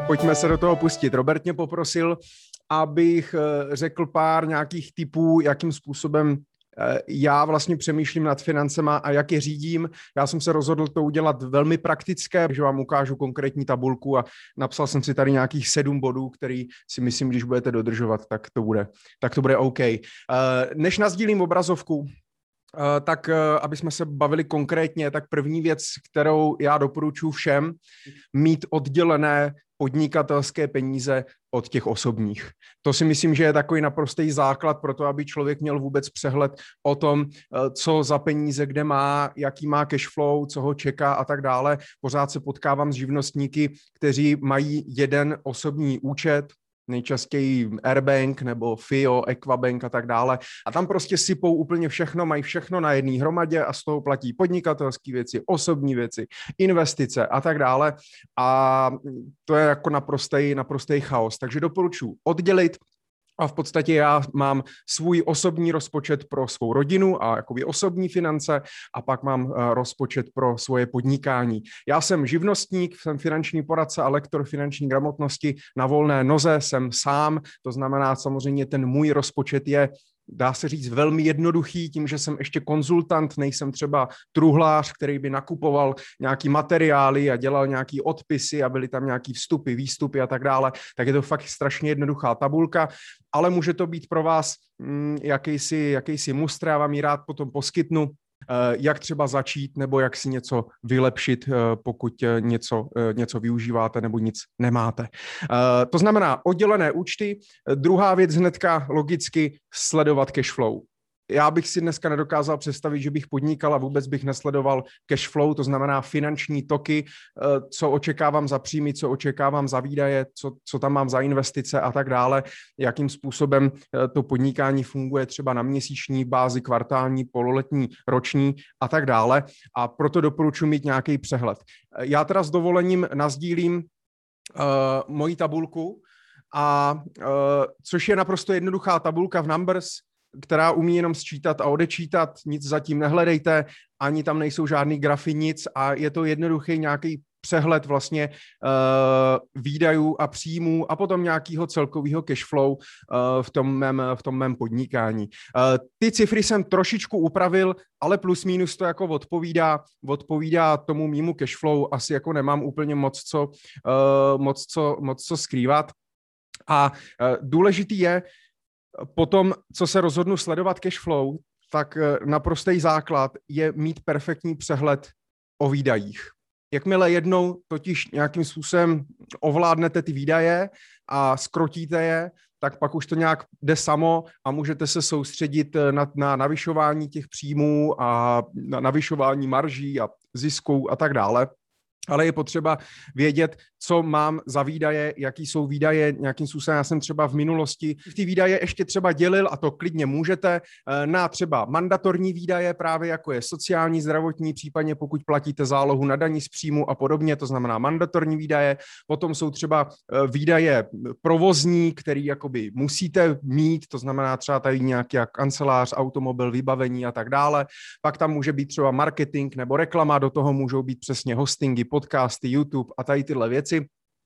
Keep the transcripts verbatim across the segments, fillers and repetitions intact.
Pojďme se do toho pustit. Robert mě poprosil, abych řekl pár nějakých tipů, jakým způsobem já vlastně přemýšlím nad financema a jak je řídím. Já jsem se rozhodl to udělat velmi praktické, že vám ukážu konkrétní tabulku a napsal jsem si tady nějakých sedm bodů, který si myslím, když budete dodržovat, tak to bude, tak to bude OK. Než nasdílím obrazovku, tak aby jsme se bavili konkrétně, tak první věc, kterou já doporučuji všem, mít oddělené podnikatelské peníze od těch osobních. To si myslím, že je takový naprostý základ pro to, aby člověk měl vůbec přehled o tom, co za peníze kde má, jaký má cash flow, co ho čeká a tak dále. Pořád se potkávám s živnostníky, kteří mají jeden osobní účet, nejčastěji Airbank nebo Fio, Equabank a tak dále. A tam prostě sypou úplně všechno, mají všechno na jedné hromadě a z toho platí podnikatelské věci, osobní věci, investice a tak dále. A to je jako naprostej, naprostej chaos. Takže doporučuji oddělit. A v podstatě já mám svůj osobní rozpočet pro svou rodinu a jakoby osobní finance a pak mám rozpočet pro svoje podnikání. Já jsem živnostník, jsem finanční poradce a lektor finanční gramotnosti na volné noze, jsem sám, to znamená samozřejmě ten můj rozpočet je, dá se říct, velmi jednoduchý, tím, že jsem ještě konzultant, nejsem třeba truhlář, který by nakupoval nějaký materiály a dělal nějaký odpisy a byly tam nějaký vstupy, výstupy a tak dále, tak je to fakt strašně jednoduchá tabulka, ale může to být pro vás hm, jakýsi, jakýsi mustr, já vám ji rád potom poskytnu, jak třeba začít nebo jak si něco vylepšit, pokud něco, něco využíváte nebo nic nemáte. To znamená oddělené účty. Druhá věc hnedka logicky sledovat cash flow. Já bych si dneska nedokázal představit, že bych podnikal a vůbec bych nesledoval cash flow, to znamená finanční toky, co očekávám za příjmy, co očekávám za výdaje, co, co tam mám za investice a tak dále, jakým způsobem to podnikání funguje třeba na měsíční bázi, kvartální, pololetní, roční a tak dále. A proto doporučuji mít nějaký přehled. Já teda s dovolením nasdílím uh, moji tabulku, a, uh, což je naprosto jednoduchá tabulka v Numbers, která umí jenom sčítat a odečítat, nic zatím nehledejte, ani tam nejsou žádný grafy, nic a je to jednoduchý nějaký přehled vlastně uh, výdajů a příjmů a potom nějakého celkového cash flow uh, v, tom mém, v tom mém podnikání. Uh, ty cifry jsem trošičku upravil, ale plus minus to jako odpovídá, odpovídá tomu mému cash flow, asi jako nemám úplně moc co, uh, moc co, moc co skrývat. A uh, důležitý je, potom, co se rozhodnu sledovat cash flow, tak naprostý základ je mít perfektní přehled o výdajích. Jakmile jednou totiž nějakým způsobem ovládnete ty výdaje a skrotíte je, tak pak už to nějak jde samo a můžete se soustředit na, na navyšování těch příjmů a na navyšování marží a zisků a tak dále. Ale je potřeba vědět, co mám za výdaje, jaký jsou výdaje nějakým způsobem. Já jsem třeba v minulosti ty výdaje ještě třeba dělil, a to klidně můžete, na třeba mandatorní výdaje, právě jako je sociální, zdravotní, případně pokud platíte zálohu na dani z příjmu a podobně, to znamená mandatorní výdaje. Potom jsou třeba výdaje provozní, který jakoby musíte mít, to znamená třeba tady nějaký kancelář, automobil, vybavení a tak dále. Pak tam může být třeba marketing nebo reklama, do toho můžou být přesně hostingy, podcasty, YouTube a tady tyhle věci.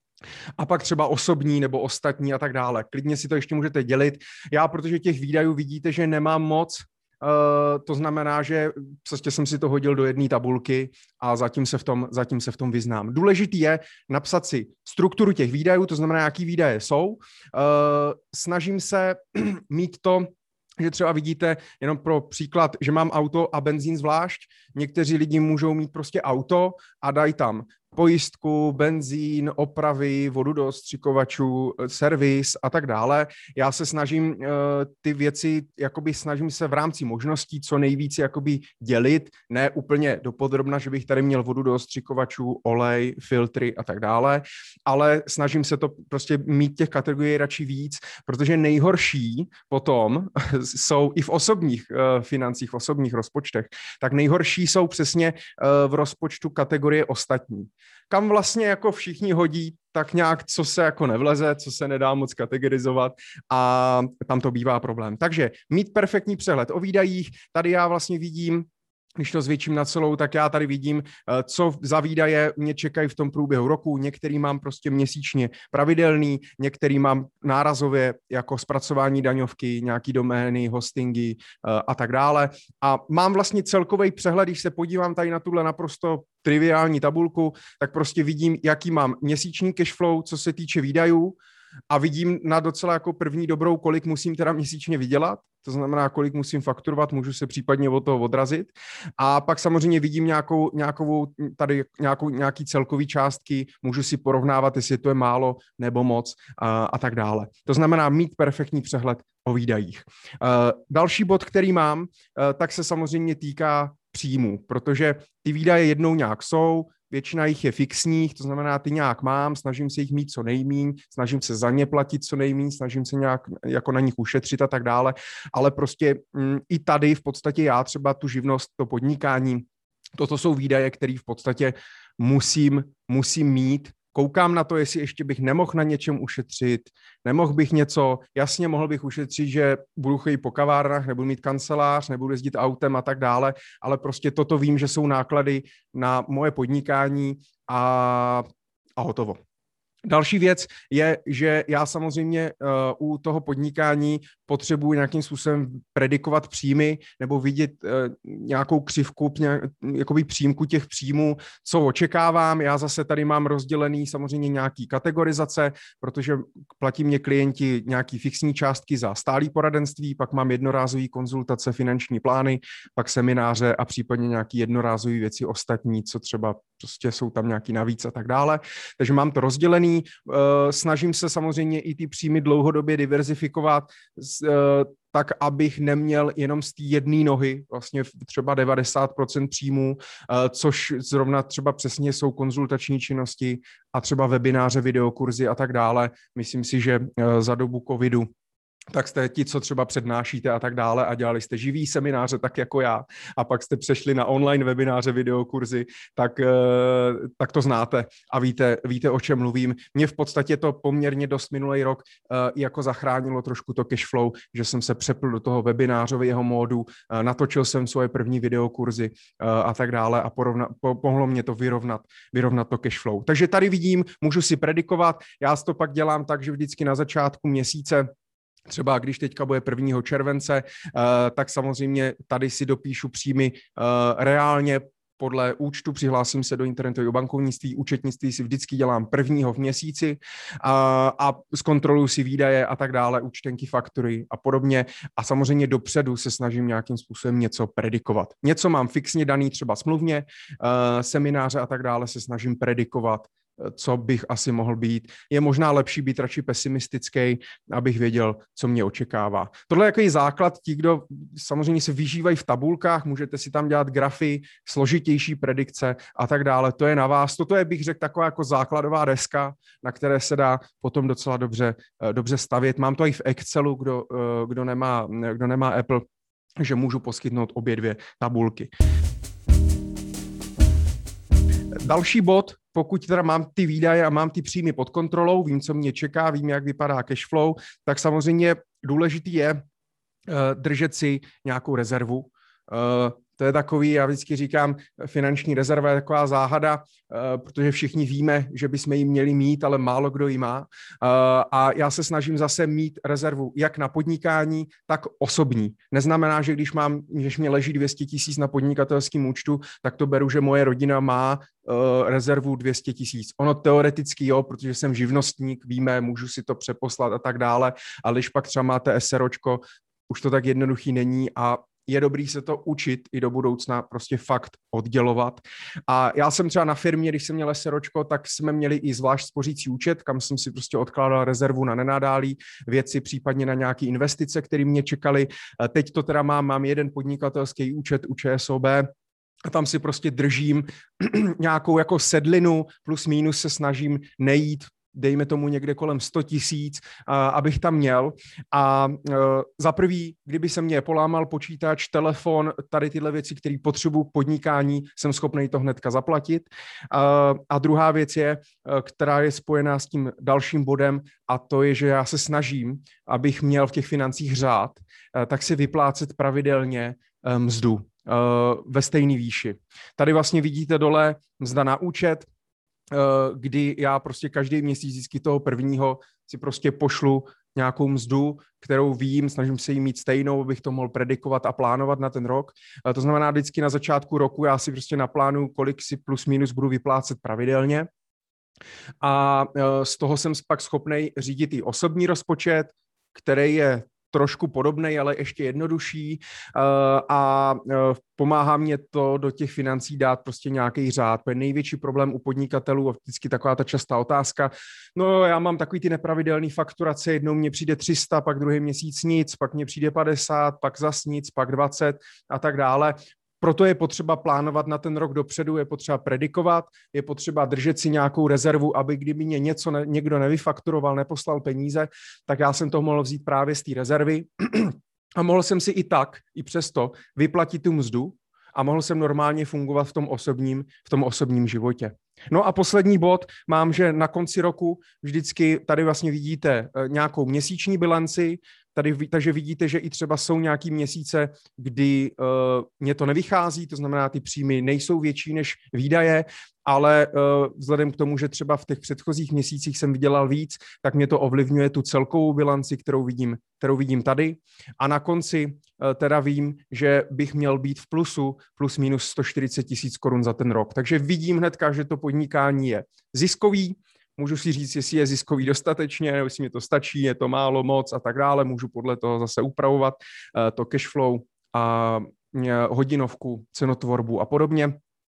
A pak třeba osobní nebo ostatní a tak dále. Klidně si to ještě můžete dělit. Já, protože těch výdajů vidíte, že nemám moc, uh, to znamená, že prostě jsem si to hodil do jedné tabulky a zatím se v tom, zatím se v tom vyznám. Důležitý je napsat si strukturu těch výdajů, to znamená, jaký výdaje jsou. Uh, snažím se mít to, že třeba vidíte, jenom pro příklad, že mám auto a benzín zvlášť. Někteří lidi můžou mít prostě auto a dají tam pojistku, benzín, opravy, vodu do ostřikovačů, servis a tak dále. Já se snažím uh, ty věci, jakoby snažím se v rámci možností co nejvíce jakoby dělit, ne úplně dopodrobna, že bych tady měl vodu do ostřikovačů, olej, filtry a tak dále, ale snažím se to prostě mít těch kategorií radši víc, protože nejhorší potom jsou i v osobních uh, financích, v osobních rozpočtech, tak nejhorší jsou přesně uh, v rozpočtu kategorie ostatní. Kam vlastně jako všichni hodí, tak nějak, co se jako nevleze, co se nedá moc kategorizovat a tam to bývá problém. Takže mít perfektní přehled o výdajích, tady já vlastně vidím Když to zvětším na celou, tak já tady vidím, co za výdaje mě čekají v tom průběhu roku. Některý mám prostě měsíčně pravidelný, některý mám nárazově jako zpracování daňovky, nějaký domény, hostingy a tak dále. A mám vlastně celkový přehled, když se podívám tady na tuhle naprosto triviální tabulku, tak prostě vidím, jaký mám měsíční cashflow, co se týče výdajů, a vidím na docela jako první dobrou, kolik musím teda měsíčně vydělat, to znamená, kolik musím fakturovat, můžu se případně od toho odrazit. A pak samozřejmě vidím nějakou, nějakou tady nějakou, nějaký celkový částky, můžu si porovnávat, jestli to je málo nebo moc a, a tak dále. To znamená mít perfektní přehled o výdajích. Uh, další bod, který mám, uh, tak se samozřejmě týká příjmů, protože ty výdaje jednou nějak jsou, většina jich je fixních, to znamená, ty nějak mám, snažím se jich mít co nejmíň, snažím se za ně platit co nejmíň, snažím se nějak jako na nich ušetřit a tak dále, ale prostě m, i tady v podstatě já třeba tu živnost, to podnikání, toto jsou výdaje, které v podstatě musím, musím mít. Koukám na to, jestli ještě bych nemohl na něčem ušetřit, nemohl bych něco, jasně mohl bych ušetřit, že budu chodit po kavárnách, nebudu mít kancelář, nebudu jezdit autem a tak dále, ale prostě toto vím, že jsou náklady na moje podnikání a, a hotovo. Další věc je, že já samozřejmě uh, u toho podnikání potřebuji nějakým způsobem predikovat příjmy nebo vidět uh, nějakou křivku, nějak, jakoby příjmku těch příjmů, co očekávám. Já zase tady mám rozdělený samozřejmě nějaký kategorizace, protože platí mě klienti nějaký fixní částky za stálý poradenství, pak mám jednorázový konzultace, finanční plány, pak semináře a případně nějaký jednorázový věci ostatní, co třeba prostě jsou tam nějaký navíc a tak dále. Takže mám to rozdělený. Snažím se samozřejmě i ty příjmy dlouhodobě diverzifikovat, tak, abych neměl jenom z té jedné nohy vlastně třeba devadesát procent příjmů, což zrovna třeba přesně jsou konzultační činnosti a třeba webináře, videokurzy a tak dále. Myslím si, že za dobu covidu tak jste ti, co třeba přednášíte a tak dále a dělali jste živý semináře, tak jako já, a pak jste přešli na online webináře, videokurzy, tak, tak to znáte a víte, víte, o čem mluvím. Mě v podstatě to poměrně dost minulý rok jako zachránilo trošku to cashflow, že jsem se přepl do toho webinářového módu, natočil jsem svoje první videokurzy a tak dále a porovna, po, pomohlo mě to vyrovnat, vyrovnat to cashflow. Takže tady vidím, můžu si predikovat, já to pak dělám tak, že vždycky na začátku měsíce, třeba když teďka bude prvního července, tak samozřejmě tady si dopíšu příjmy reálně podle účtu, přihlásím se do internetového bankovnictví, účetnictví si vždycky dělám prvního v měsíci a, a zkontroluji si výdaje a tak dále, účtenky, faktury a podobně. A samozřejmě dopředu se snažím nějakým způsobem něco predikovat. Něco mám fixně daný třeba smluvně, semináře a tak dále se snažím predikovat, co bych asi mohl být. Je možná lepší být radši pesimistický, abych věděl, co mě očekává. Tohle je jaký základ, ti, kdo samozřejmě se vyžívají v tabulkách, můžete si tam dělat grafy, složitější predikce a tak dále. To je na vás. Toto je, bych řekl, taková jako základová deska, na které se dá potom docela dobře, dobře stavět. Mám to i v Excelu, kdo, kdo, nemá, kdo nemá Apple, že můžu poskytnout obě dvě tabulky. Další bod, pokud teda mám ty výdaje a mám ty příjmy pod kontrolou, vím, co mě čeká, vím, jak vypadá cash flow, tak samozřejmě důležitý je uh, držet si nějakou rezervu. Uh, to je takový, já vždycky říkám, finanční rezerva je taková záhada, uh, protože všichni víme, že bychom ji měli mít, ale málo kdo ji má. Uh, a já se snažím zase mít rezervu jak na podnikání, tak osobní. Neznamená, že když mám, když mě leží dvě stě tisíc na podnikatelském účtu, tak to beru, že moje rodina má uh, rezervu dvě stě tisíc. Ono teoreticky jo, protože jsem živnostník, víme, můžu si to přeposlat a tak dále, ale když pak třeba máte SROčko, už to tak jednoduchý není a je dobrý se to učit i do budoucna prostě fakt oddělovat. A já jsem třeba na firmě, když jsem měl SROčko, tak jsme měli i zvlášť spořící účet, kam jsem si prostě odkládal rezervu na nenadálý věci, případně na nějaké investice, které mě čekaly. Teď to teda mám, mám jeden podnikatelský účet u ČSOB, a tam si prostě držím nějakou jako sedlinu, plus minus se snažím nejít, dejme tomu někde kolem sto tisíc, abych tam měl. A za prvý, kdyby se mě polámal počítač, telefon, tady tyhle věci, které potřebuji k podnikání, jsem schopný to hnedka zaplatit. A druhá věc je, která je spojená s tím dalším bodem, a to je, že já se snažím, abych měl v těch financích řád, tak si vyplácet pravidelně mzdu. ve stejné výši. Tady vlastně vidíte dole mzda na účet, kdy já prostě každý měsíc vždycky toho prvního si prostě pošlu nějakou mzdu, kterou vím, snažím se jí mít stejnou, abych to mohl predikovat a plánovat na ten rok. To znamená, vždycky na začátku roku já si prostě naplánuju, kolik si plus minus budu vyplácet pravidelně. A z toho jsem pak schopnej řídit i osobní rozpočet, který je trošku podobný, ale ještě jednodušší a pomáhá mě to do těch financí dát prostě nějaký řád. To je největší problém u podnikatelů a vždycky taková ta častá otázka. No já mám takový ty nepravidelný fakturace, jednou mně přijde tři sta, pak druhý měsíc nic, pak mně přijde padesát, pak zas nic, pak dvacet a tak dále. Proto je potřeba plánovat na ten rok dopředu, je potřeba predikovat, je potřeba držet si nějakou rezervu, aby kdyby mě něco ne, někdo nevyfakturoval, neposlal peníze, tak já jsem to mohl vzít právě z té rezervy a mohl jsem si i tak, i přesto vyplatit tu mzdu a mohl jsem normálně fungovat v tom osobním, v tom osobním životě. No a poslední bod mám, že na konci roku vždycky tady vlastně vidíte nějakou měsíční bilanci, tady, takže vidíte, že i třeba jsou nějaký měsíce, kdy uh, mě to nevychází, to znamená, ty příjmy nejsou větší než výdaje, ale uh, vzhledem k tomu, že třeba v těch předchozích měsících jsem vydělal víc, tak mě to ovlivňuje tu celkovou bilanci, kterou vidím, kterou vidím tady. A na konci uh, teda vím, že bych měl být v plusu plus minus sto čtyřicet tisíc korun za ten rok. Takže vidím hnedka, že to podnikání je ziskový. Můžu si říct, jestli je ziskový dostatečně, nebo jestli mi to stačí, je to málo, moc a tak dále. Můžu podle toho zase upravovat to cash flow a hodinovku, cenotvorbu a podobně.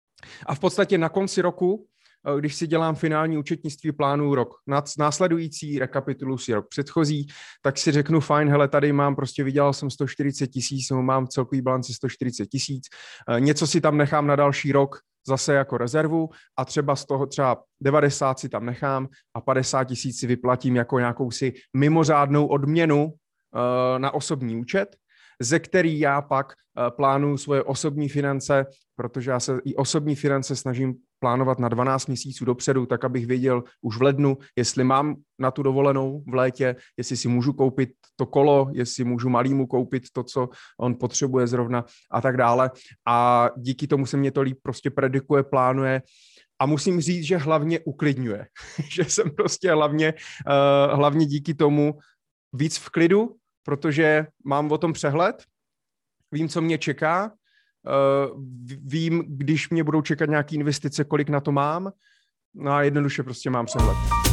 A v podstatě na konci roku, když si dělám finální účetnictví, plánuju rok následující, rekapituluji si rok předchozí, tak si řeknu, fajn, hele, tady mám, prostě vydělal jsem sto čtyřicet tisíc, mám v celkový bilanci sto čtyřicet tisíc, něco si tam nechám na další rok, zase jako rezervu a třeba z toho třeba devadesát si tam nechám a padesát tisíc si vyplatím jako nějakou si mimořádnou odměnu uh, na osobní účet, ze který já pak uh, plánuju svoje osobní finance, protože já se i osobní finance snažím plánovat na dvanáct měsíců dopředu, tak abych věděl už v lednu, jestli mám na tu dovolenou v létě, jestli si můžu koupit to kolo, jestli můžu malýmu koupit to, co on potřebuje zrovna a tak dále. A díky tomu se mě to líp prostě predikuje, plánuje a musím říct, že hlavně uklidňuje. Že jsem prostě hlavně, uh, hlavně díky tomu víc v klidu, protože mám o tom přehled, vím, co mě čeká, Uh, vím, když mě budou čekat nějaké investice, kolik na to mám, no a jednoduše prostě mám přehled.